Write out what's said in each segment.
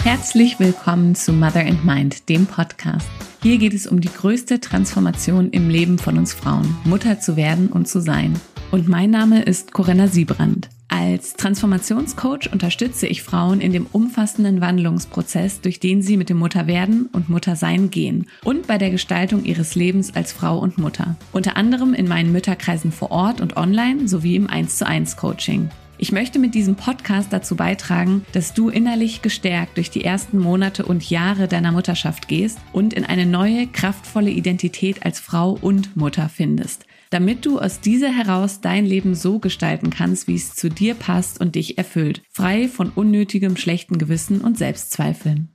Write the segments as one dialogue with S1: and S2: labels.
S1: Herzlich willkommen zu Mother and Mind, dem Podcast. Hier geht es um die größte Transformation im Leben von uns Frauen, Mutter zu werden und zu sein. Und mein Name ist Corinna Siebrand. Als Transformationscoach unterstütze ich Frauen in dem umfassenden Wandlungsprozess, durch den sie mit dem Mutterwerden und Muttersein gehen und bei der Gestaltung ihres Lebens als Frau und Mutter. Unter anderem in meinen Mütterkreisen vor Ort und online sowie im 1:1 Coaching. Ich möchte mit diesem Podcast dazu beitragen, dass du innerlich gestärkt durch die ersten Monate und Jahre deiner Mutterschaft gehst und in eine neue, kraftvolle Identität als Frau und Mutter findest, damit du aus dieser heraus dein Leben so gestalten kannst, wie es zu dir passt und dich erfüllt, frei von unnötigem schlechten Gewissen und Selbstzweifeln.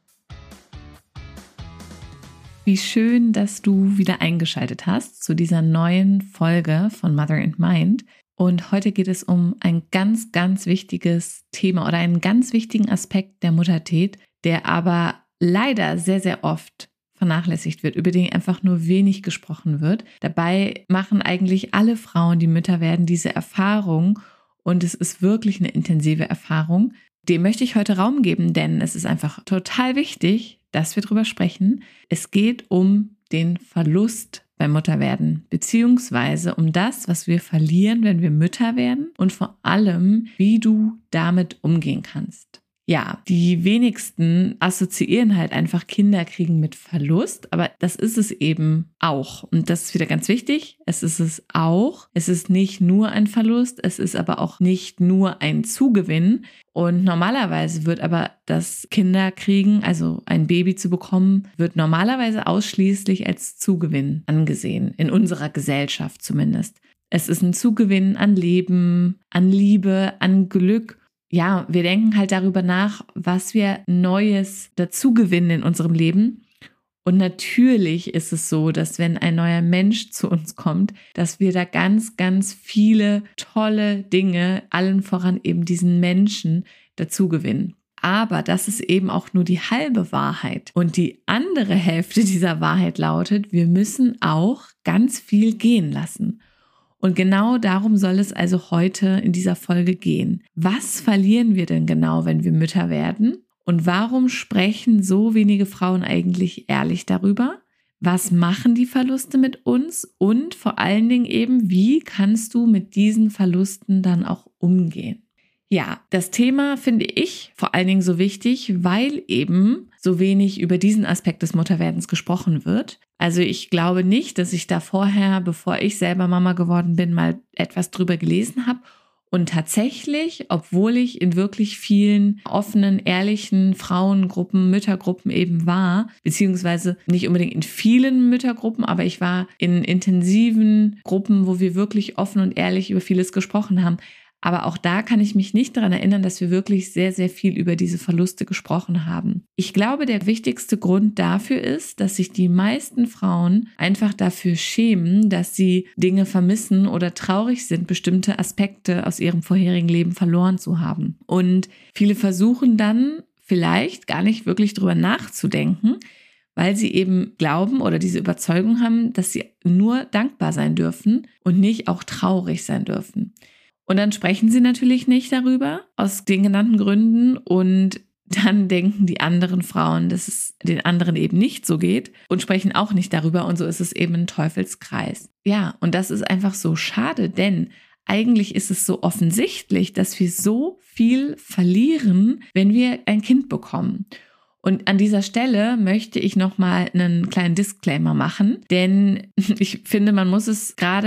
S1: Wie schön, dass du wieder eingeschaltet hast zu dieser neuen Folge von Mother and Mind. Und heute geht es um ein ganz, ganz wichtiges Thema oder einen ganz wichtigen Aspekt der Muttertät, der aber leider sehr, sehr oft vernachlässigt wird, über den einfach nur wenig gesprochen wird. Dabei machen eigentlich alle Frauen, die Mütter werden, diese Erfahrung und es ist wirklich eine intensive Erfahrung. Dem möchte ich heute Raum geben, denn es ist einfach total wichtig, dass wir drüber sprechen. Es geht um den Verlust beim Mutterwerden, beziehungsweise um das, was wir verlieren, wenn wir Mütter werden und vor allem, wie du damit umgehen kannst. Ja, die wenigsten assoziieren halt einfach Kinderkriegen mit Verlust, aber das ist es eben auch. Und das ist wieder ganz wichtig, es ist es auch. Es ist nicht nur ein Verlust, es ist aber auch nicht nur ein Zugewinn. Und normalerweise wird aber das Kinderkriegen, also ein Baby zu bekommen, wird normalerweise ausschließlich als Zugewinn angesehen, in unserer Gesellschaft zumindest. Es ist ein Zugewinn an Leben, an Liebe, an Glück. Ja, wir denken halt darüber nach, was wir Neues dazugewinnen in unserem Leben. Und natürlich ist es so, dass wenn ein neuer Mensch zu uns kommt, dass wir da ganz, ganz viele tolle Dinge, allen voran eben diesen Menschen, dazugewinnen. Aber das ist eben auch nur die halbe Wahrheit. Und die andere Hälfte dieser Wahrheit lautet, wir müssen auch ganz viel gehen lassen. Und genau darum soll es also heute in dieser Folge gehen. Was verlieren wir denn genau, wenn wir Mütter werden? Und warum sprechen so wenige Frauen eigentlich ehrlich darüber? Was machen die Verluste mit uns? Und vor allen Dingen eben, wie kannst du mit diesen Verlusten dann auch umgehen? Ja, das Thema finde ich vor allen Dingen so wichtig, weil eben so wenig über diesen Aspekt des Mutterwerdens gesprochen wird. Also ich glaube nicht, dass ich da vorher, bevor ich selber Mama geworden bin, mal etwas drüber gelesen habe. Und tatsächlich, obwohl ich in wirklich vielen offenen, ehrlichen Frauengruppen, Müttergruppen eben war, beziehungsweise nicht unbedingt in vielen Müttergruppen, aber ich war in intensiven Gruppen, wo wir wirklich offen und ehrlich über vieles gesprochen haben. Aber auch da kann ich mich nicht daran erinnern, dass wir wirklich sehr, sehr viel über diese Verluste gesprochen haben. Ich glaube, der wichtigste Grund dafür ist, dass sich die meisten Frauen einfach dafür schämen, dass sie Dinge vermissen oder traurig sind, bestimmte Aspekte aus ihrem vorherigen Leben verloren zu haben. Und viele versuchen dann vielleicht gar nicht wirklich drüber nachzudenken, weil sie eben glauben oder diese Überzeugung haben, dass sie nur dankbar sein dürfen und nicht auch traurig sein dürfen. Und dann sprechen sie natürlich nicht darüber, aus den genannten Gründen. Und dann denken die anderen Frauen, dass es den anderen eben nicht so geht und sprechen auch nicht darüber. Und so ist es eben ein Teufelskreis. Ja, und das ist einfach so schade, denn eigentlich ist es so offensichtlich, dass wir so viel verlieren, wenn wir ein Kind bekommen. Und an dieser Stelle möchte ich nochmal einen kleinen Disclaimer machen, denn ich finde, man muss es gerade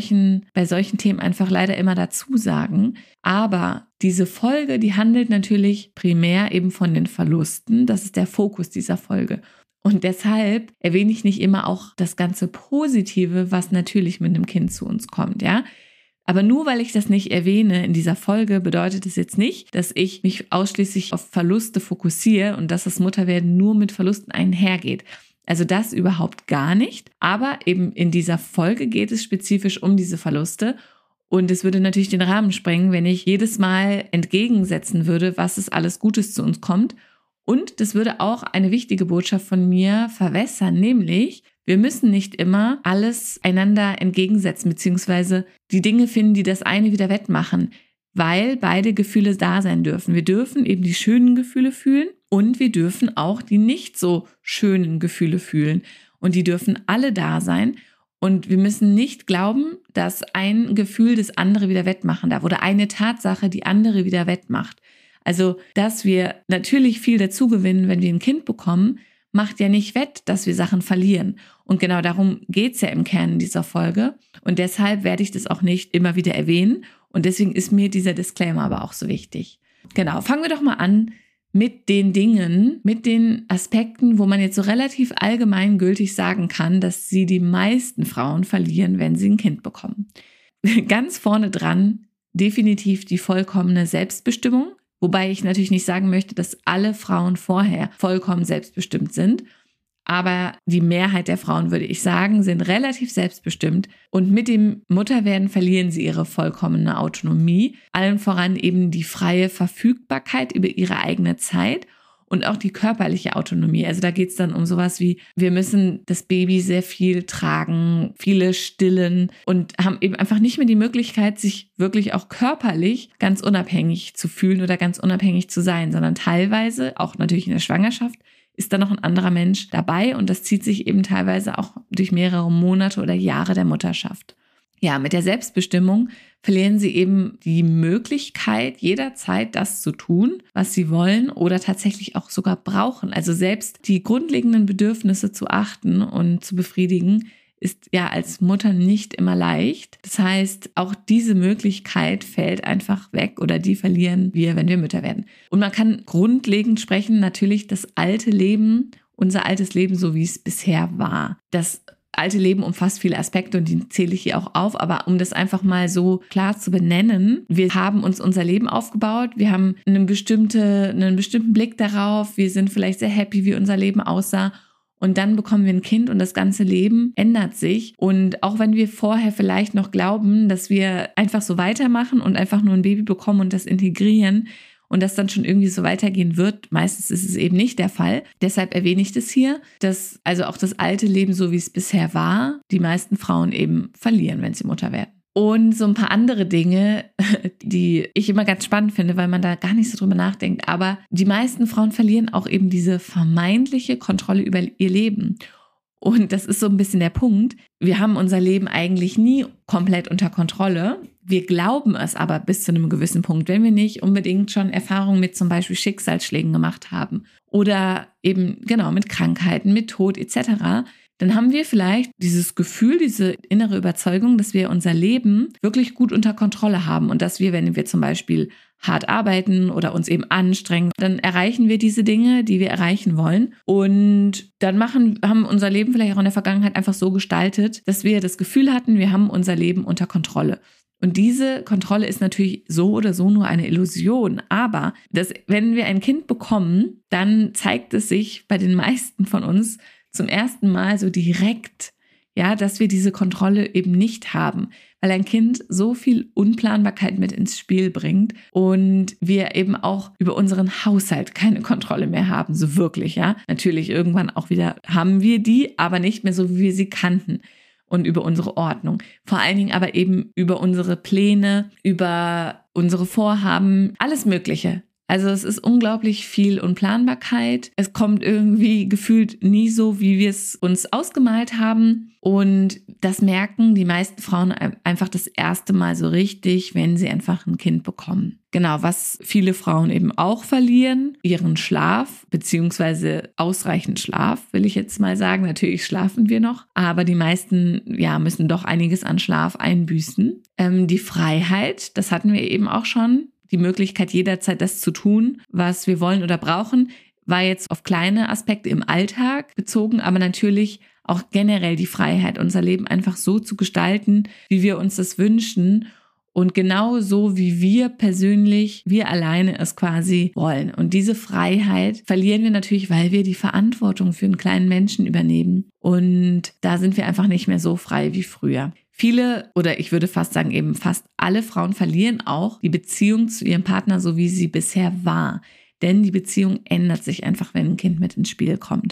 S1: bei solchen Themen einfach leider immer dazu sagen. Aber diese Folge, die handelt natürlich primär eben von den Verlusten. Das ist der Fokus dieser Folge. Und deshalb erwähne ich nicht immer auch das ganze Positive, was natürlich mit einem Kind zu uns kommt, ja. Aber nur weil ich das nicht erwähne in dieser Folge, bedeutet es jetzt nicht, dass ich mich ausschließlich auf Verluste fokussiere und dass das Mutterwerden nur mit Verlusten einhergeht. Also das überhaupt gar nicht. Aber eben in dieser Folge geht es spezifisch um diese Verluste. Und es würde natürlich den Rahmen sprengen, wenn ich jedes Mal entgegensetzen würde, was es alles Gutes zu uns kommt. Und das würde auch eine wichtige Botschaft von mir verwässern, nämlich wir müssen nicht immer alles einander entgegensetzen, beziehungsweise die Dinge finden, die das eine wieder wettmachen, weil beide Gefühle da sein dürfen. Wir dürfen eben die schönen Gefühle fühlen Und wir dürfen auch die nicht so schönen Gefühle fühlen. Und die dürfen alle da sein. Und wir müssen nicht glauben, dass ein Gefühl das andere wieder wettmachen darf oder eine Tatsache die andere wieder wettmacht. Also, dass wir natürlich viel dazu gewinnen, wenn wir ein Kind bekommen, macht ja nicht wett, dass wir Sachen verlieren. Und genau darum geht's ja im Kern in dieser Folge. Und deshalb werde ich das auch nicht immer wieder erwähnen. Und deswegen ist mir dieser Disclaimer aber auch so wichtig. Genau, fangen wir doch mal an mit den Dingen, mit den Aspekten, wo man jetzt so relativ allgemeingültig sagen kann, dass sie die meisten Frauen verlieren, wenn sie ein Kind bekommen. Ganz vorne dran definitiv die vollkommene Selbstbestimmung. Wobei ich natürlich nicht sagen möchte, dass alle Frauen vorher vollkommen selbstbestimmt sind. Aber die Mehrheit der Frauen, würde ich sagen, sind relativ selbstbestimmt. Und mit dem Mutterwerden verlieren sie ihre vollkommene Autonomie. Allen voran eben die freie Verfügbarkeit über ihre eigene Zeit und auch die körperliche Autonomie. Also da geht es dann um sowas wie, wir müssen das Baby sehr viel tragen, viele stillen und haben eben einfach nicht mehr die Möglichkeit, sich wirklich auch körperlich ganz unabhängig zu fühlen oder ganz unabhängig zu sein, sondern teilweise, auch natürlich in der Schwangerschaft, ist da noch ein anderer Mensch dabei und das zieht sich eben teilweise auch durch mehrere Monate oder Jahre der Mutterschaft. Ja, mit der Selbstbestimmung verlieren sie eben die Möglichkeit, jederzeit das zu tun, was sie wollen oder tatsächlich auch sogar brauchen. Also selbst die grundlegenden Bedürfnisse zu achten und zu befriedigen, ist ja als Mutter nicht immer leicht. Das heißt, auch diese Möglichkeit fällt einfach weg oder die verlieren wir, wenn wir Mütter werden. Und man kann grundlegend sprechen, natürlich das alte Leben, unser altes Leben, so wie es bisher war. Das alte Leben umfasst viele Aspekte und die zähle ich hier auch auf, aber um das einfach mal so klar zu benennen, wir haben uns unser Leben aufgebaut, wir haben einen bestimmten Blick darauf, wir sind vielleicht sehr happy, wie unser Leben aussah und dann bekommen wir ein Kind und das ganze Leben ändert sich und auch wenn wir vorher vielleicht noch glauben, dass wir einfach so weitermachen und einfach nur ein Baby bekommen und das integrieren, und das dann schon irgendwie so weitergehen wird. Meistens ist es eben nicht der Fall. Deshalb erwähne ich das hier, dass also auch das alte Leben, so wie es bisher war, die meisten Frauen eben verlieren, wenn sie Mutter werden. Und so ein paar andere Dinge, die ich immer ganz spannend finde, weil man da gar nicht so drüber nachdenkt. Aber die meisten Frauen verlieren auch eben diese vermeintliche Kontrolle über ihr Leben. Und das ist so ein bisschen der Punkt. Wir haben unser Leben eigentlich nie komplett unter Kontrolle. Wir glauben es aber bis zu einem gewissen Punkt, wenn wir nicht unbedingt schon Erfahrungen mit zum Beispiel Schicksalsschlägen gemacht haben oder eben genau mit Krankheiten, mit Tod etc., dann haben wir vielleicht dieses Gefühl, diese innere Überzeugung, dass wir unser Leben wirklich gut unter Kontrolle haben und dass wir, wenn wir zum Beispiel hart arbeiten oder uns eben anstrengen, dann erreichen wir diese Dinge, die wir erreichen wollen und dann haben unser Leben vielleicht auch in der Vergangenheit einfach so gestaltet, dass wir das Gefühl hatten, wir haben unser Leben unter Kontrolle. Und diese Kontrolle ist natürlich so oder so nur eine Illusion, aber wenn wir ein Kind bekommen, dann zeigt es sich bei den meisten von uns zum ersten Mal so direkt, ja, dass wir diese Kontrolle eben nicht haben, weil ein Kind so viel Unplanbarkeit mit ins Spiel bringt und wir eben auch über unseren Haushalt keine Kontrolle mehr haben, so wirklich, ja. Natürlich irgendwann auch wieder haben wir die, aber nicht mehr so, wie wir sie kannten. Und über unsere Ordnung. Vor allen Dingen aber eben über unsere Pläne, über unsere Vorhaben, alles Mögliche. Also es ist unglaublich viel Unplanbarkeit. Es kommt irgendwie gefühlt nie so, wie wir es uns ausgemalt haben. Und das merken die meisten Frauen einfach das erste Mal so richtig, wenn sie einfach ein Kind bekommen. Genau, was viele Frauen eben auch verlieren, ihren Schlaf beziehungsweise ausreichend Schlaf, will ich jetzt mal sagen. Natürlich schlafen wir noch, aber die meisten müssen doch einiges an Schlaf einbüßen. Die Freiheit, das hatten wir eben auch schon. Die Möglichkeit, jederzeit das zu tun, was wir wollen oder brauchen, war jetzt auf kleine Aspekte im Alltag bezogen, aber natürlich auch generell die Freiheit, unser Leben einfach so zu gestalten, wie wir uns das wünschen und genau so, wie wir persönlich, wir alleine es quasi wollen. Und diese Freiheit verlieren wir natürlich, weil wir die Verantwortung für einen kleinen Menschen übernehmen. Und da sind wir einfach nicht mehr so frei wie früher. Viele, oder ich würde fast sagen eben fast alle Frauen verlieren auch die Beziehung zu ihrem Partner, so wie sie bisher war. Denn die Beziehung ändert sich einfach, wenn ein Kind mit ins Spiel kommt.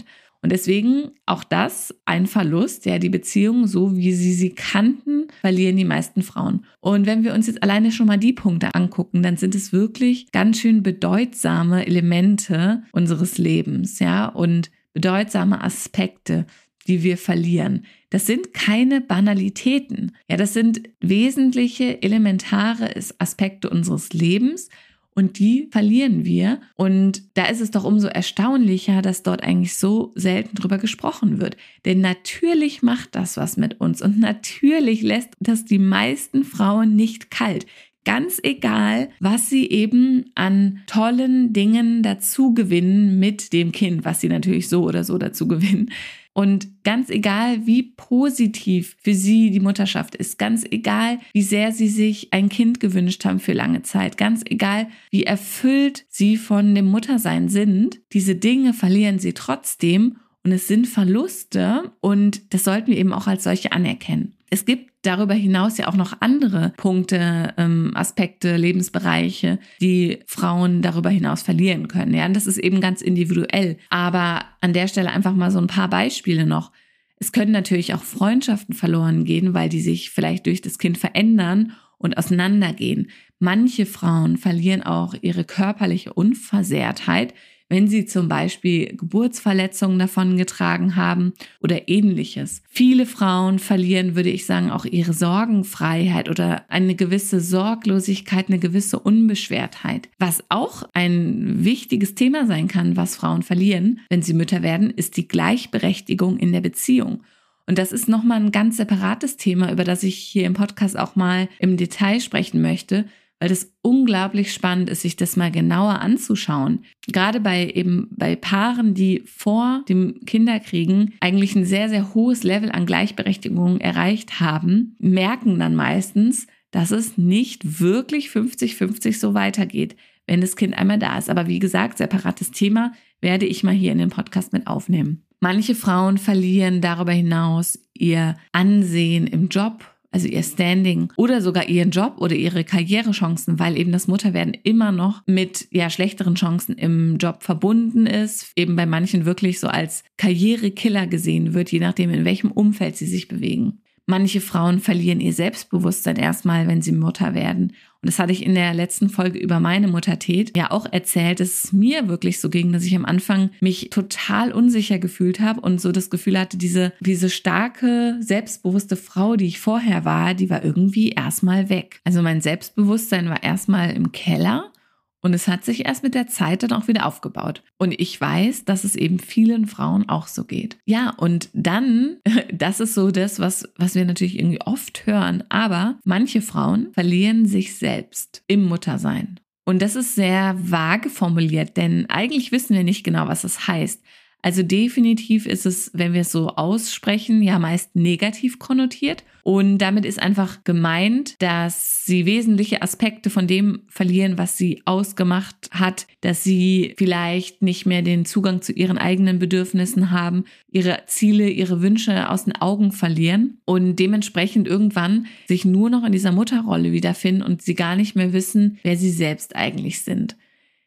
S1: Und deswegen auch das ein Verlust, ja, die Beziehung, so wie sie kannten, verlieren die meisten Frauen. Und wenn wir uns jetzt alleine schon mal die Punkte angucken, dann sind es wirklich ganz schön bedeutsame Elemente unseres Lebens, ja, und bedeutsame Aspekte, die wir verlieren. Das sind keine Banalitäten. Ja, das sind wesentliche, elementare Aspekte unseres Lebens und die verlieren wir. Und da ist es doch umso erstaunlicher, dass dort eigentlich so selten drüber gesprochen wird. Denn natürlich macht das was mit uns und natürlich lässt das die meisten Frauen nicht kalt. Ganz egal, was sie eben an tollen Dingen dazu gewinnen mit dem Kind, was sie natürlich so oder so dazu gewinnen. Und ganz egal, wie positiv für sie die Mutterschaft ist, ganz egal, wie sehr sie sich ein Kind gewünscht haben für lange Zeit, ganz egal, wie erfüllt sie von dem Muttersein sind, diese Dinge verlieren sie trotzdem und es sind Verluste und das sollten wir eben auch als solche anerkennen. Es gibt darüber hinaus ja auch noch andere Punkte, Aspekte, Lebensbereiche, die Frauen darüber hinaus verlieren können. Ja, und das ist eben ganz individuell. Aber an der Stelle einfach mal so ein paar Beispiele noch. Es können natürlich auch Freundschaften verloren gehen, weil die sich vielleicht durch das Kind verändern und auseinandergehen. Manche Frauen verlieren auch ihre körperliche Unversehrtheit, wenn sie zum Beispiel Geburtsverletzungen davongetragen haben oder ähnliches. Viele Frauen verlieren, würde ich sagen, auch ihre Sorgenfreiheit oder eine gewisse Sorglosigkeit, eine gewisse Unbeschwertheit. Was auch ein wichtiges Thema sein kann, was Frauen verlieren, wenn sie Mütter werden, ist die Gleichberechtigung in der Beziehung. Und das ist nochmal ein ganz separates Thema, über das ich hier im Podcast auch mal im Detail sprechen möchte, weil das unglaublich spannend ist, sich das mal genauer anzuschauen. Gerade bei Paaren, die vor dem Kinderkriegen eigentlich ein sehr, sehr hohes Level an Gleichberechtigung erreicht haben, merken dann meistens, dass es nicht wirklich 50-50 so weitergeht, wenn das Kind einmal da ist. Aber wie gesagt, separates Thema werde ich mal hier in den Podcast mit aufnehmen. Manche Frauen verlieren darüber hinaus ihr Ansehen im Job, also ihr Standing oder sogar ihren Job oder ihre Karrierechancen, weil eben das Mutterwerden immer noch mit schlechteren Chancen im Job verbunden ist, eben bei manchen wirklich so als Karrierekiller gesehen wird, je nachdem, in welchem Umfeld sie sich bewegen. Manche Frauen verlieren ihr Selbstbewusstsein erstmal, wenn sie Mutter werden. Und das hatte ich in der letzten Folge über meine Muttertät ja auch erzählt, dass es mir wirklich so ging, dass ich am Anfang mich total unsicher gefühlt habe und so das Gefühl hatte, diese starke, selbstbewusste Frau, die ich vorher war, die war irgendwie erstmal weg. Also mein Selbstbewusstsein war erstmal im Keller. Und es hat sich erst mit der Zeit dann auch wieder aufgebaut. Und ich weiß, dass es eben vielen Frauen auch so geht. Ja, und dann, das ist so das, was wir natürlich irgendwie oft hören, aber manche Frauen verlieren sich selbst im Muttersein. Und das ist sehr vage formuliert, denn eigentlich wissen wir nicht genau, was das heißt. Also definitiv ist es, wenn wir es so aussprechen, ja meist negativ konnotiert. Und damit ist einfach gemeint, dass sie wesentliche Aspekte von dem verlieren, was sie ausgemacht hat, dass sie vielleicht nicht mehr den Zugang zu ihren eigenen Bedürfnissen haben, ihre Ziele, ihre Wünsche aus den Augen verlieren und dementsprechend irgendwann sich nur noch in dieser Mutterrolle wiederfinden und sie gar nicht mehr wissen, wer sie selbst eigentlich sind.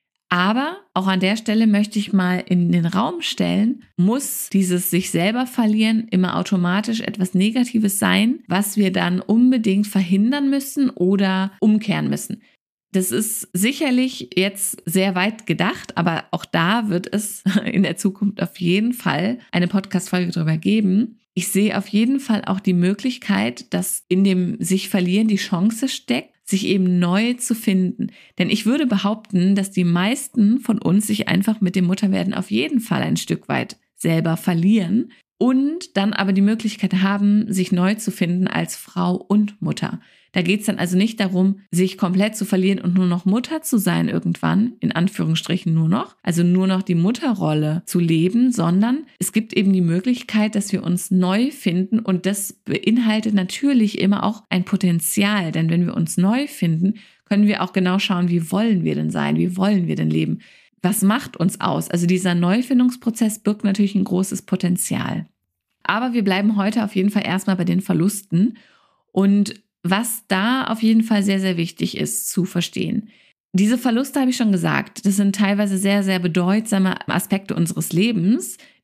S1: Aber auch an der Stelle möchte ich mal in den Raum stellen, muss dieses sich selber verlieren immer automatisch etwas Negatives sein, was wir dann unbedingt verhindern müssen oder umkehren müssen. Das ist sicherlich jetzt sehr weit gedacht, aber auch da wird es in der Zukunft auf jeden Fall eine Podcast-Folge drüber geben. Ich sehe auf jeden Fall auch die Möglichkeit, dass in dem sich verlieren die Chance steckt, sich eben neu zu finden. Denn ich würde behaupten, dass die meisten von uns sich einfach mit dem Mutterwerden auf jeden Fall ein Stück weit selber verlieren und dann aber die Möglichkeit haben, sich neu zu finden als Frau und Mutter. Da geht es dann also nicht darum, sich komplett zu verlieren und nur noch Mutter zu sein irgendwann, in Anführungsstrichen nur noch, also nur noch die Mutterrolle zu leben, sondern es gibt eben die Möglichkeit, dass wir uns neu finden und das beinhaltet natürlich immer auch ein Potenzial, denn wenn wir uns neu finden, können wir auch genau schauen, wie wollen wir denn sein, wie wollen wir denn leben, was macht uns aus? Also dieser Neufindungsprozess birgt natürlich ein großes Potenzial. Aber wir bleiben heute auf jeden Fall erstmal bei den Verlusten und was da auf jeden Fall sehr, sehr wichtig ist zu verstehen. Diese Verluste habe ich schon gesagt, das sind teilweise sehr, sehr bedeutsame Aspekte unseres Lebens,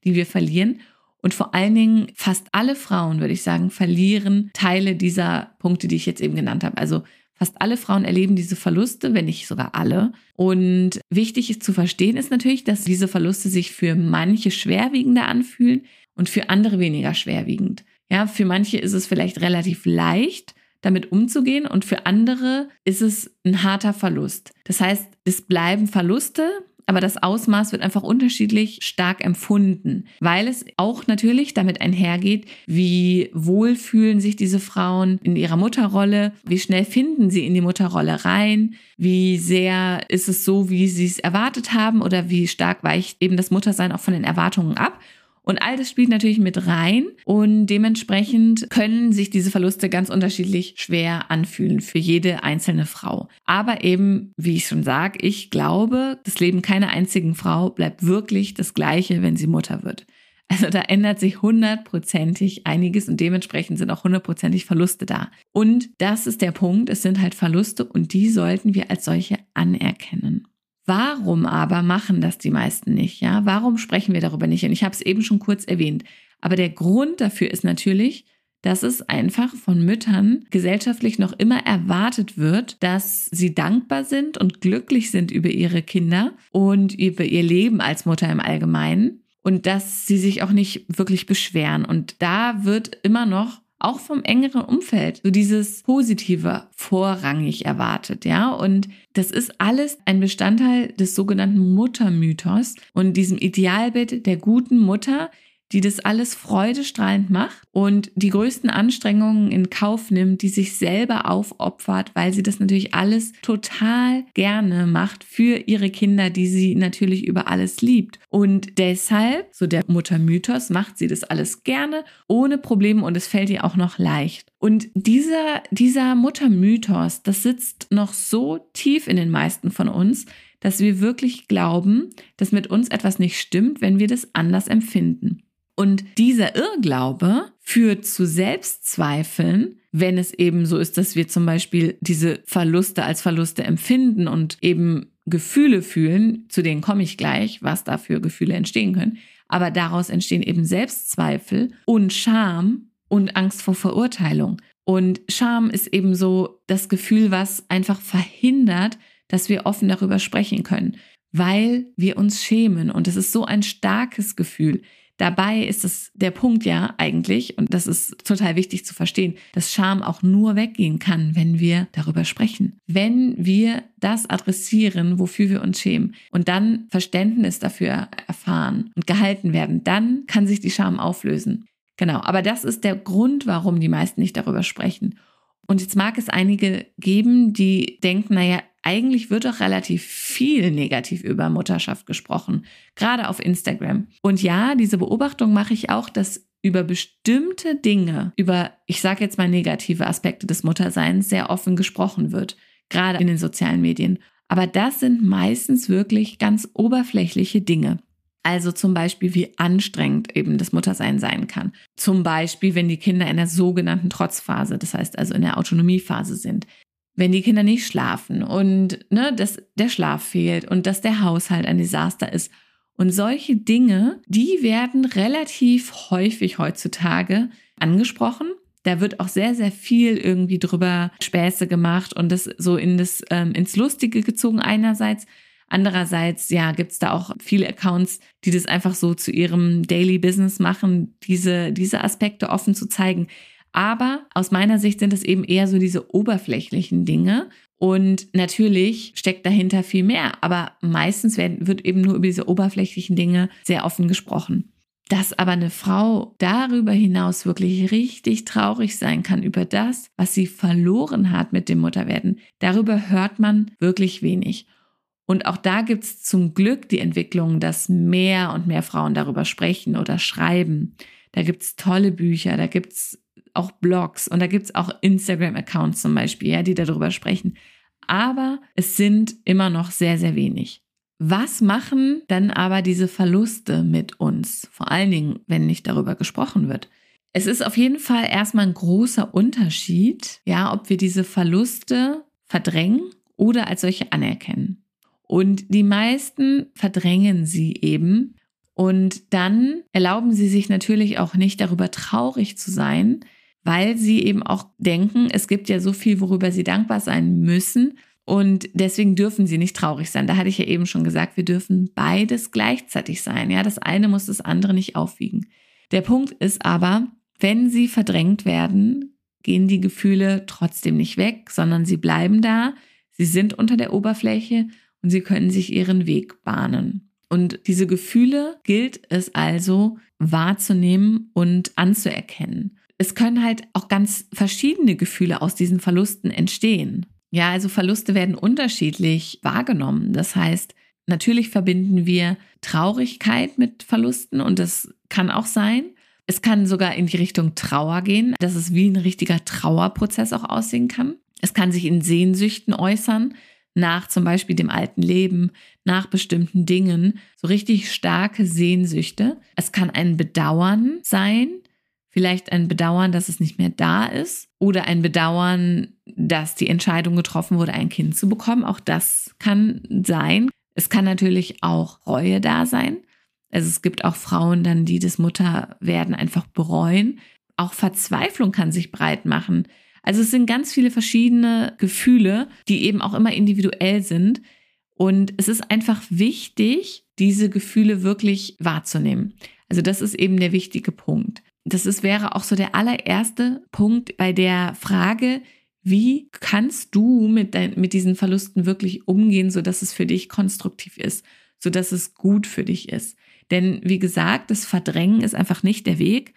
S1: die wir verlieren. Und vor allen Dingen fast alle Frauen, würde ich sagen, verlieren Teile dieser Punkte, die ich jetzt eben genannt habe. Also fast alle Frauen erleben diese Verluste, wenn nicht sogar alle. Und wichtig ist zu verstehen ist natürlich, dass diese Verluste sich für manche schwerwiegender anfühlen und für andere weniger schwerwiegend. Ja, für manche ist es vielleicht relativ leicht, damit umzugehen und für andere ist es ein harter Verlust. Das heißt, es bleiben Verluste, aber das Ausmaß wird einfach unterschiedlich stark empfunden, weil es auch natürlich damit einhergeht, wie wohl fühlen sich diese Frauen in ihrer Mutterrolle, wie schnell finden sie in die Mutterrolle rein, wie sehr ist es so, wie sie es erwartet haben oder wie stark weicht eben das Muttersein auch von den Erwartungen ab. Und all das spielt natürlich mit rein und dementsprechend können sich diese Verluste ganz unterschiedlich schwer anfühlen für jede einzelne Frau. Aber eben, wie ich schon sage, ich glaube, das Leben keiner einzigen Frau bleibt wirklich das Gleiche, wenn sie Mutter wird. Also da ändert sich 100%ig einiges und dementsprechend sind auch 100%ig Verluste da. Und das ist der Punkt, es sind halt Verluste und die sollten wir als solche anerkennen. Warum aber machen das die meisten nicht? Ja, warum sprechen wir darüber nicht? Und ich habe es eben schon kurz erwähnt. Aber der Grund dafür ist natürlich, dass es einfach von Müttern gesellschaftlich noch immer erwartet wird, dass sie dankbar sind und glücklich sind über ihre Kinder und über ihr Leben als Mutter im Allgemeinen und dass sie sich auch nicht wirklich beschweren. Und da wird immer noch auch vom engeren Umfeld so dieses Positive vorrangig erwartet, ja. Und das ist alles ein Bestandteil des sogenannten Muttermythos und diesem Idealbild der guten Mutter, die das alles freudestrahlend macht und die größten Anstrengungen in Kauf nimmt, die sich selber aufopfert, weil sie das natürlich alles total gerne macht für ihre Kinder, die sie natürlich über alles liebt. Und deshalb, so der Muttermythos, macht sie das alles gerne, ohne Probleme und es fällt ihr auch noch leicht. Und dieser Muttermythos, das sitzt noch so tief in den meisten von uns, dass wir wirklich glauben, dass mit uns etwas nicht stimmt, wenn wir das anders empfinden. Und dieser Irrglaube führt zu Selbstzweifeln, wenn es eben so ist, dass wir zum Beispiel diese Verluste als Verluste empfinden und eben Gefühle fühlen, zu denen komme ich gleich, was da für Gefühle entstehen können. Aber daraus entstehen eben Selbstzweifel und Scham und Angst vor Verurteilung. Und Scham ist eben so das Gefühl, was einfach verhindert, dass wir offen darüber sprechen können, weil wir uns schämen. Und es ist so ein starkes Gefühl. Dabei ist es der Punkt ja eigentlich, und das ist total wichtig zu verstehen, dass Scham auch nur weggehen kann, wenn wir darüber sprechen. Wenn wir das adressieren, wofür wir uns schämen und dann Verständnis dafür erfahren und gehalten werden, dann kann sich die Scham auflösen. Genau, aber das ist der Grund, warum die meisten nicht darüber sprechen. Und jetzt mag es einige geben, die denken, naja, eigentlich wird doch relativ viel negativ über Mutterschaft gesprochen, gerade auf Instagram. Und ja, diese Beobachtung mache ich auch, dass über bestimmte Dinge, über, ich sage jetzt mal negative Aspekte des Mutterseins sehr offen gesprochen wird, gerade in den sozialen Medien. Aber das sind meistens wirklich ganz oberflächliche Dinge. Also zum Beispiel, wie anstrengend eben das Muttersein sein kann. Zum Beispiel, wenn die Kinder in der sogenannten Trotzphase, das heißt also in der Autonomiephase sind. Wenn die Kinder nicht schlafen und dass der Schlaf fehlt und dass der Haushalt ein Desaster ist. Und solche Dinge, die werden relativ häufig heutzutage angesprochen. Da wird auch sehr, sehr viel irgendwie drüber Späße gemacht und das so ins Lustige gezogen einerseits. Andererseits, ja, gibt's da auch viele Accounts, die das einfach so zu ihrem Daily Business machen, diese Aspekte offen zu zeigen. Aber aus meiner Sicht sind es eben eher so diese oberflächlichen Dinge. Und natürlich steckt dahinter viel mehr. Aber meistens wird eben nur über diese oberflächlichen Dinge sehr offen gesprochen. Dass aber eine Frau darüber hinaus wirklich richtig traurig sein kann über das, was sie verloren hat mit dem Mutterwerden, darüber hört man wirklich wenig. Und auch da gibt es zum Glück die Entwicklung, dass mehr und mehr Frauen darüber sprechen oder schreiben. Da gibt es tolle Bücher, da gibt es auch Blogs und da gibt es auch Instagram-Accounts zum Beispiel, ja, die darüber sprechen. Aber es sind immer noch sehr, sehr wenig. Was machen dann aber diese Verluste mit uns? Vor allen Dingen, wenn nicht darüber gesprochen wird. Es ist auf jeden Fall erstmal ein großer Unterschied, ja, ob wir diese Verluste verdrängen oder als solche anerkennen. Und die meisten verdrängen sie eben Und dann erlauben sie sich natürlich auch nicht, darüber traurig zu sein, weil sie eben auch denken, es gibt ja so viel, worüber sie dankbar sein müssen. Und deswegen dürfen sie nicht traurig sein. Da hatte ich ja eben schon gesagt, wir dürfen beides gleichzeitig sein. Ja, das eine muss das andere nicht aufwiegen. Der Punkt ist aber, wenn sie verdrängt werden, gehen die Gefühle trotzdem nicht weg, sondern sie bleiben da. Sie sind unter der Oberfläche und sie können sich ihren Weg bahnen. Und diese Gefühle gilt es also wahrzunehmen und anzuerkennen. Es können halt auch ganz verschiedene Gefühle aus diesen Verlusten entstehen. Ja, also Verluste werden unterschiedlich wahrgenommen. Das heißt, natürlich verbinden wir Traurigkeit mit Verlusten und das kann auch sein. Es kann sogar in die Richtung Trauer gehen, dass es wie ein richtiger Trauerprozess auch aussehen kann. Es kann sich in Sehnsüchten äußern, nach zum Beispiel dem alten Leben, nach bestimmten Dingen, so richtig starke Sehnsüchte. Es kann ein Bedauern sein, vielleicht ein Bedauern, dass es nicht mehr da ist oder ein Bedauern, dass die Entscheidung getroffen wurde, ein Kind zu bekommen. Auch das kann sein. Es kann natürlich auch Reue da sein. Also es gibt auch Frauen dann, die das Mutterwerden einfach bereuen. Auch Verzweiflung kann sich breit machen. Also es sind ganz viele verschiedene Gefühle, die eben auch immer individuell sind. Und es ist einfach wichtig, diese Gefühle wirklich wahrzunehmen. Also das ist eben der wichtige Punkt. Wäre auch so der allererste Punkt bei der Frage, wie kannst du mit diesen Verlusten wirklich umgehen, sodass es für dich konstruktiv ist, sodass es gut für dich ist. Denn wie gesagt, das Verdrängen ist einfach nicht der Weg,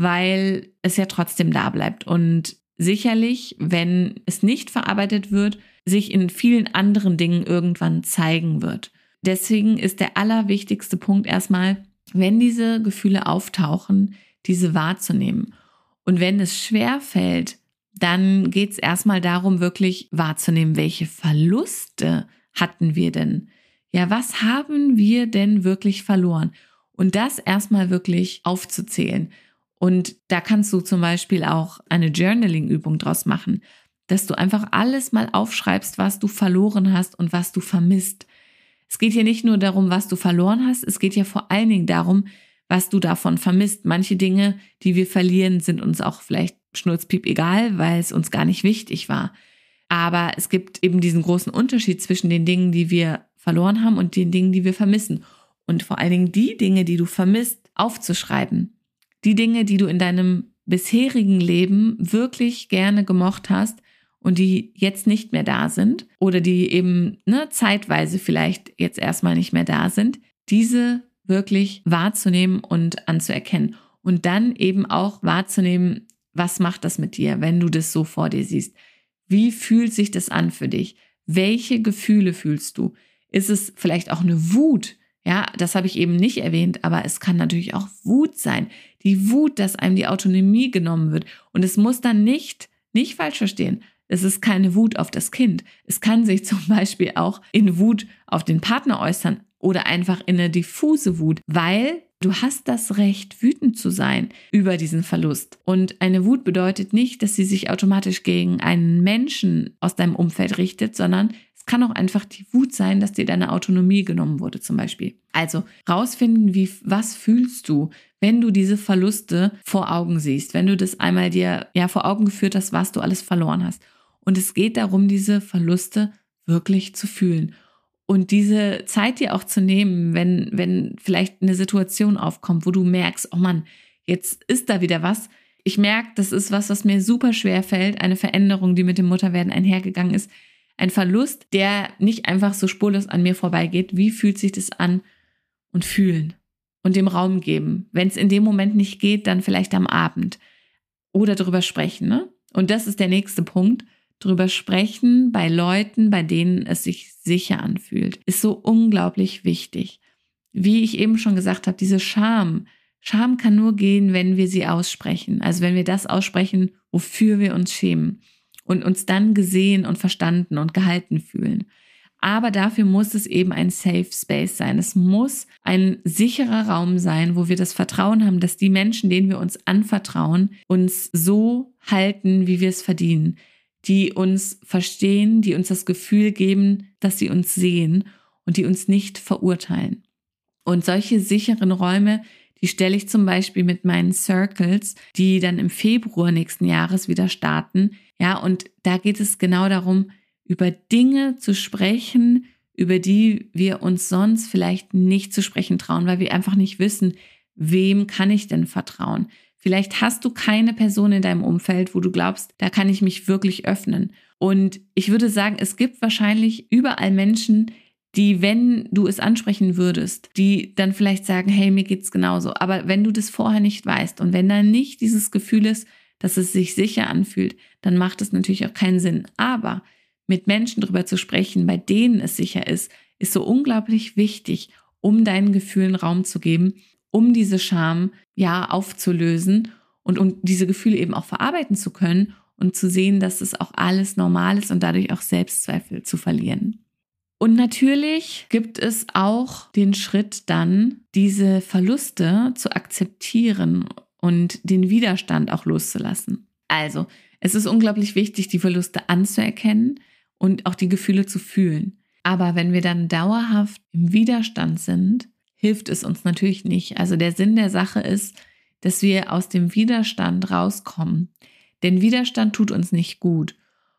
S1: weil es ja trotzdem da bleibt und sicherlich, wenn es nicht verarbeitet wird, sich in vielen anderen Dingen irgendwann zeigen wird. Deswegen ist der allerwichtigste Punkt erstmal, wenn diese Gefühle auftauchen, diese wahrzunehmen. Und wenn es schwer fällt, dann geht es erstmal darum, wirklich wahrzunehmen, welche Verluste hatten wir denn? Ja, was haben wir denn wirklich verloren? Und das erstmal wirklich aufzuzählen. Und da kannst du zum Beispiel auch eine Journaling-Übung draus machen, dass du einfach alles mal aufschreibst, was du verloren hast und was du vermisst. Es geht hier nicht nur darum, was du verloren hast, es geht ja vor allen Dingen darum, was du davon vermisst. Manche Dinge, die wir verlieren, sind uns auch vielleicht schnurzpiep egal, weil es uns gar nicht wichtig war. Aber es gibt eben diesen großen Unterschied zwischen den Dingen, die wir verloren haben und den Dingen, die wir vermissen. Und vor allen Dingen die Dinge, die du vermisst, aufzuschreiben. Die Dinge, die du in deinem bisherigen Leben wirklich gerne gemocht hast und die jetzt nicht mehr da sind oder die eben zeitweise vielleicht jetzt erstmal nicht mehr da sind, diese wirklich wahrzunehmen und anzuerkennen. Und dann eben auch wahrzunehmen, was macht das mit dir, wenn du das so vor dir siehst? Wie fühlt sich das an für dich? Welche Gefühle fühlst du? Ist es vielleicht auch eine Wut? Ja, das habe ich eben nicht erwähnt, aber es kann natürlich auch Wut sein. Die Wut, dass einem die Autonomie genommen wird. Und es muss dann nicht falsch verstehen. Es ist keine Wut auf das Kind. Es kann sich zum Beispiel auch in Wut auf den Partner äußern oder einfach in eine diffuse Wut, weil du hast das Recht, wütend zu sein über diesen Verlust. Und eine Wut bedeutet nicht, dass sie sich automatisch gegen einen Menschen aus deinem Umfeld richtet, sondern es kann auch einfach die Wut sein, dass dir deine Autonomie genommen wurde zum Beispiel. Also rausfinden, was fühlst du, wenn du diese Verluste vor Augen siehst, wenn du das einmal dir vor Augen geführt hast, was du alles verloren hast. Und es geht darum, diese Verluste wirklich zu fühlen. Und diese Zeit dir auch zu nehmen, wenn vielleicht eine Situation aufkommt, wo du merkst, oh Mann, jetzt ist da wieder was. Ich merke, das ist was mir super schwer fällt, eine Veränderung, die mit dem Mutterwerden einhergegangen ist. Ein Verlust, der nicht einfach so spurlos an mir vorbeigeht. Wie fühlt sich das an? Und fühlen und dem Raum geben. Wenn es in dem Moment nicht geht, dann vielleicht am Abend. Oder drüber sprechen, ne? Und das ist der nächste Punkt. Drüber sprechen bei Leuten, bei denen es sich sicher anfühlt, ist so unglaublich wichtig. Wie ich eben schon gesagt habe, diese Scham. Scham kann nur gehen, wenn wir sie aussprechen. Also wenn wir das aussprechen, wofür wir uns schämen und uns dann gesehen und verstanden und gehalten fühlen. Aber dafür muss es eben ein Safe Space sein. Es muss ein sicherer Raum sein, wo wir das Vertrauen haben, dass die Menschen, denen wir uns anvertrauen, uns so halten, wie wir es verdienen. Die uns verstehen, die uns das Gefühl geben, dass sie uns sehen und die uns nicht verurteilen. Und solche sicheren Räume, die stelle ich zum Beispiel mit meinen Circles, die dann im Februar nächsten Jahres wieder starten. Ja, und da geht es genau darum, über Dinge zu sprechen, über die wir uns sonst vielleicht nicht zu sprechen trauen, weil wir einfach nicht wissen, wem kann ich denn vertrauen? Vielleicht hast du keine Person in deinem Umfeld, wo du glaubst, da kann ich mich wirklich öffnen. Und ich würde sagen, es gibt wahrscheinlich überall Menschen, die, wenn du es ansprechen würdest, die dann vielleicht sagen, hey, mir geht's genauso. Aber wenn du das vorher nicht weißt und wenn da nicht dieses Gefühl ist, dass es sich sicher anfühlt, dann macht es natürlich auch keinen Sinn. Aber mit Menschen darüber zu sprechen, bei denen es sicher ist so unglaublich wichtig, um deinen Gefühlen Raum zu geben, um diese Scham aufzulösen und um diese Gefühle eben auch verarbeiten zu können und zu sehen, dass es auch alles normal ist und dadurch auch Selbstzweifel zu verlieren. Und natürlich gibt es auch den Schritt dann, diese Verluste zu akzeptieren und den Widerstand auch loszulassen. Also, es ist unglaublich wichtig, die Verluste anzuerkennen und auch die Gefühle zu fühlen. Aber wenn wir dann dauerhaft im Widerstand sind, hilft es uns natürlich nicht. Also der Sinn der Sache ist, dass wir aus dem Widerstand rauskommen. Denn Widerstand tut uns nicht gut.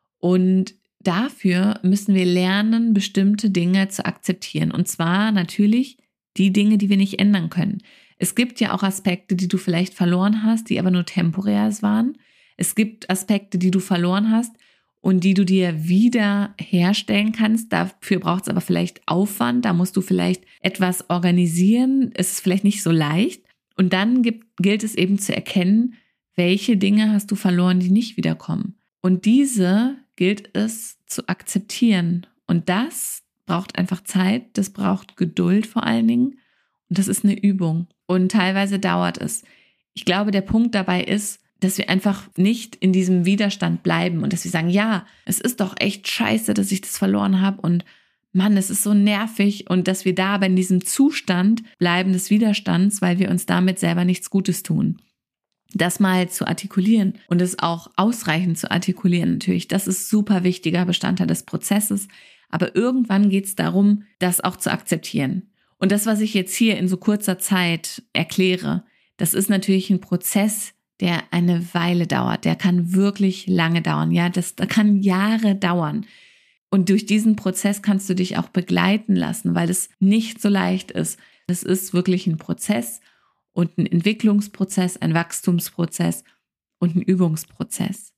S1: Und dafür müssen wir lernen, bestimmte Dinge zu akzeptieren. Und zwar natürlich die Dinge, die wir nicht ändern können. Es gibt ja auch Aspekte, die du vielleicht verloren hast, die aber nur temporär waren. Es gibt Aspekte, die du verloren hast und die du dir wieder herstellen kannst. Dafür braucht es aber vielleicht Aufwand. Da musst du vielleicht etwas organisieren. Es ist vielleicht nicht so leicht. Und dann gilt es eben zu erkennen, welche Dinge hast du verloren, die nicht wiederkommen. Und diese gilt es zu akzeptieren. Und das braucht einfach Zeit. Das braucht Geduld vor allen Dingen. Und das ist eine Übung. Und teilweise dauert es. Ich glaube, der Punkt dabei ist, dass wir einfach nicht in diesem Widerstand bleiben und dass wir sagen, ja, es ist doch echt scheiße, dass ich das verloren habe und Mann, es ist so nervig und dass wir da aber in diesem Zustand bleiben des Widerstands, weil wir uns damit selber nichts Gutes tun. Das mal zu artikulieren und es auch ausreichend zu artikulieren natürlich, das ist super wichtiger Bestandteil des Prozesses, aber irgendwann geht es darum, das auch zu akzeptieren. Und das, was ich jetzt hier in so kurzer Zeit erkläre, das ist natürlich ein Prozess, der eine Weile dauert, der kann wirklich lange dauern, ja, das kann Jahre dauern. Und durch diesen Prozess kannst du dich auch begleiten lassen, weil es nicht so leicht ist. Es ist wirklich ein Prozess und ein Entwicklungsprozess, ein Wachstumsprozess und ein Übungsprozess.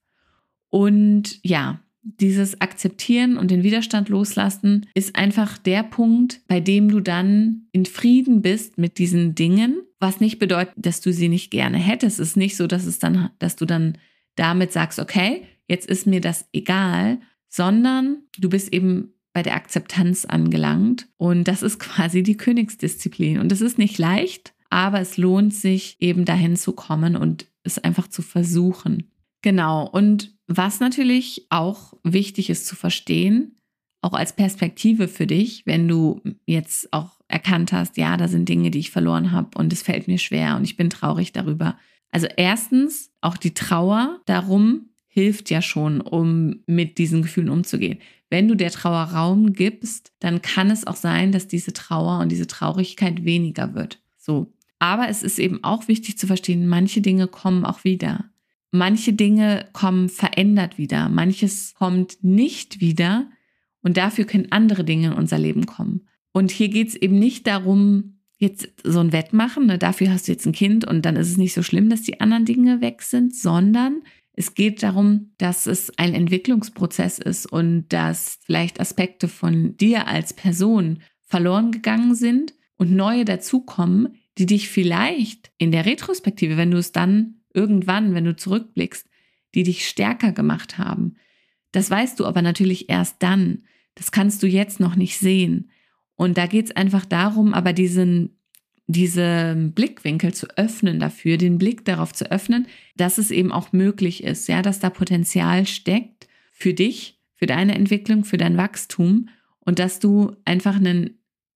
S1: Und ja, dieses Akzeptieren und den Widerstand loslassen ist einfach der Punkt, bei dem du dann in Frieden bist mit diesen Dingen, was nicht bedeutet, dass du sie nicht gerne hättest. Es ist nicht so, dass du dann damit sagst, okay, jetzt ist mir das egal, sondern du bist eben bei der Akzeptanz angelangt und das ist quasi die Königsdisziplin. Und es ist nicht leicht, aber es lohnt sich eben dahin zu kommen und es einfach zu versuchen. Genau, und was natürlich auch wichtig ist zu verstehen, auch als Perspektive für dich, wenn du jetzt auch erkannt hast, ja, da sind Dinge, die ich verloren habe und es fällt mir schwer und ich bin traurig darüber. Also erstens, auch die Trauer darum hilft ja schon, um mit diesen Gefühlen umzugehen. Wenn du der Trauer Raum gibst, dann kann es auch sein, dass diese Trauer und diese Traurigkeit weniger wird. So. Aber es ist eben auch wichtig zu verstehen, manche Dinge kommen auch wieder. Manche Dinge kommen verändert wieder. Manches kommt nicht wieder und dafür können andere Dinge in unser Leben kommen. Und hier geht es eben nicht darum, jetzt so ein Wettmachen, ne? Dafür hast du jetzt ein Kind und dann ist es nicht so schlimm, dass die anderen Dinge weg sind, sondern es geht darum, dass es ein Entwicklungsprozess ist und dass vielleicht Aspekte von dir als Person verloren gegangen sind und neue dazukommen, die dich vielleicht in der Retrospektive, wenn du es dann irgendwann, wenn du zurückblickst, die dich stärker gemacht haben. Das weißt du aber natürlich erst dann. Das kannst du jetzt noch nicht sehen. Und da geht es einfach darum, aber diese Blickwinkel zu öffnen dafür, den Blick darauf zu öffnen, dass es eben auch möglich ist, ja, dass da Potenzial steckt für dich, für deine Entwicklung, für dein Wachstum und dass du einfach einen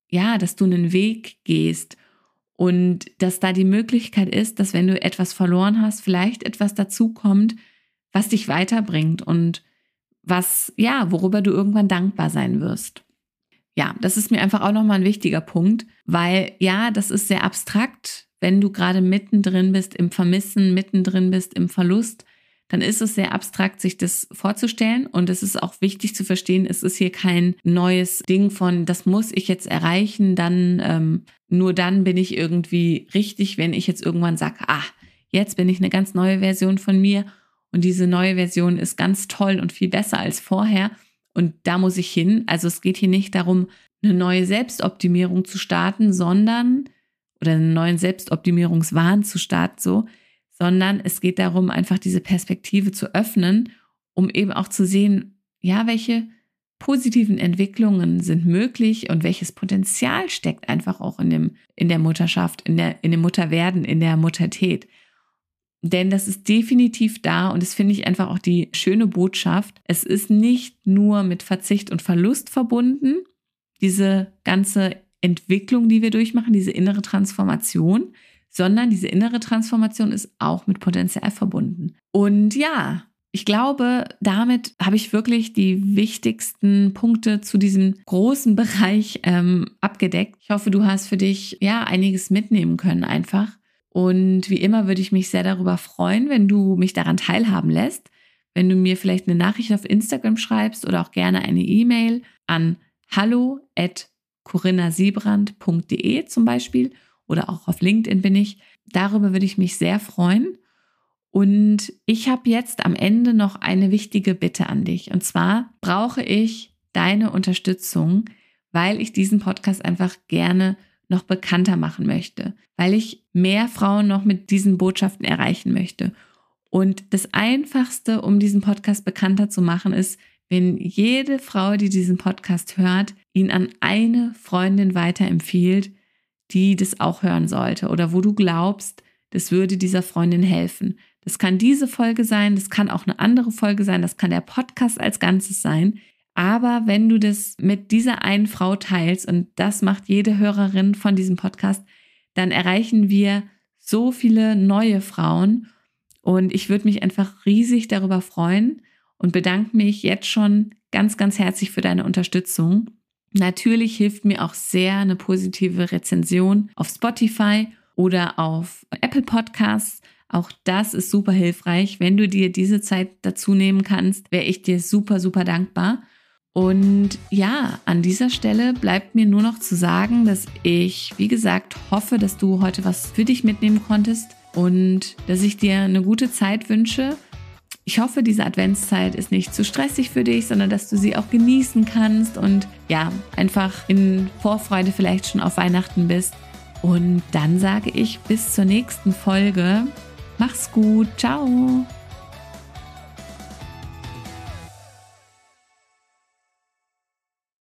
S1: Weg gehst und dass da die Möglichkeit ist, dass wenn du etwas verloren hast, vielleicht etwas dazukommt, was dich weiterbringt und worüber du irgendwann dankbar sein wirst. ja, das ist mir einfach auch nochmal ein wichtiger Punkt, weil ja, das ist sehr abstrakt, wenn du gerade mittendrin bist im Vermissen, mittendrin bist im Verlust, dann ist es sehr abstrakt, sich das vorzustellen. Und es ist auch wichtig zu verstehen, es ist hier kein neues Ding von, das muss ich jetzt erreichen, dann nur dann bin ich irgendwie richtig, wenn ich jetzt irgendwann sage, jetzt bin ich eine ganz neue Version von mir und diese neue Version ist ganz toll und viel besser als vorher und da muss ich hin. Also es geht hier nicht darum, eine neue Selbstoptimierung zu starten, oder einen neuen Selbstoptimierungswahn zu starten, sondern es geht darum, einfach diese Perspektive zu öffnen, um eben auch zu sehen, ja, welche positiven Entwicklungen sind möglich und welches Potenzial steckt einfach auch in der Mutterschaft, in dem Mutterwerden, in der Muttertät. Denn das ist definitiv da und das finde ich einfach auch die schöne Botschaft. Es ist nicht nur mit Verzicht und Verlust verbunden, diese ganze Entwicklung, die wir durchmachen, diese innere Transformation, sondern diese innere Transformation ist auch mit Potenzial verbunden. Und ja, ich glaube, damit habe ich wirklich die wichtigsten Punkte zu diesem großen Bereich abgedeckt. Ich hoffe, du hast für dich einiges mitnehmen können einfach. Und wie immer würde ich mich sehr darüber freuen, wenn du mich daran teilhaben lässt, wenn du mir vielleicht eine Nachricht auf Instagram schreibst oder auch gerne eine E-Mail an hallo@corinna-siebrand.de zum Beispiel oder auch auf LinkedIn bin ich. Darüber würde ich mich sehr freuen. Und ich habe jetzt am Ende noch eine wichtige Bitte an dich. Und zwar brauche ich deine Unterstützung, weil ich diesen Podcast einfach gerne noch bekannter machen möchte, weil ich mehr Frauen noch mit diesen Botschaften erreichen möchte. Und das Einfachste, um diesen Podcast bekannter zu machen, ist, wenn jede Frau, die diesen Podcast hört, ihn an eine Freundin weiterempfiehlt, die das auch hören sollte oder wo du glaubst, das würde dieser Freundin helfen. Das kann diese Folge sein, das kann auch eine andere Folge sein, das kann der Podcast als Ganzes sein. Aber wenn du das mit dieser einen Frau teilst, und das macht jede Hörerin von diesem Podcast, dann erreichen wir so viele neue Frauen. Und ich würde mich einfach riesig darüber freuen und bedanke mich jetzt schon ganz, ganz herzlich für deine Unterstützung. Natürlich hilft mir auch sehr eine positive Rezension auf Spotify oder auf Apple Podcasts. Auch das ist super hilfreich. Wenn du dir diese Zeit dazu nehmen kannst, wäre ich dir super, super dankbar. Und ja, an dieser Stelle bleibt mir nur noch zu sagen, dass ich, wie gesagt, hoffe, dass du heute was für dich mitnehmen konntest und dass ich dir eine gute Zeit wünsche. Ich hoffe, diese Adventszeit ist nicht zu stressig für dich, sondern dass du sie auch genießen kannst und ja, einfach in Vorfreude vielleicht schon auf Weihnachten bist. Und dann sage ich bis zur nächsten Folge. Mach's gut. Ciao.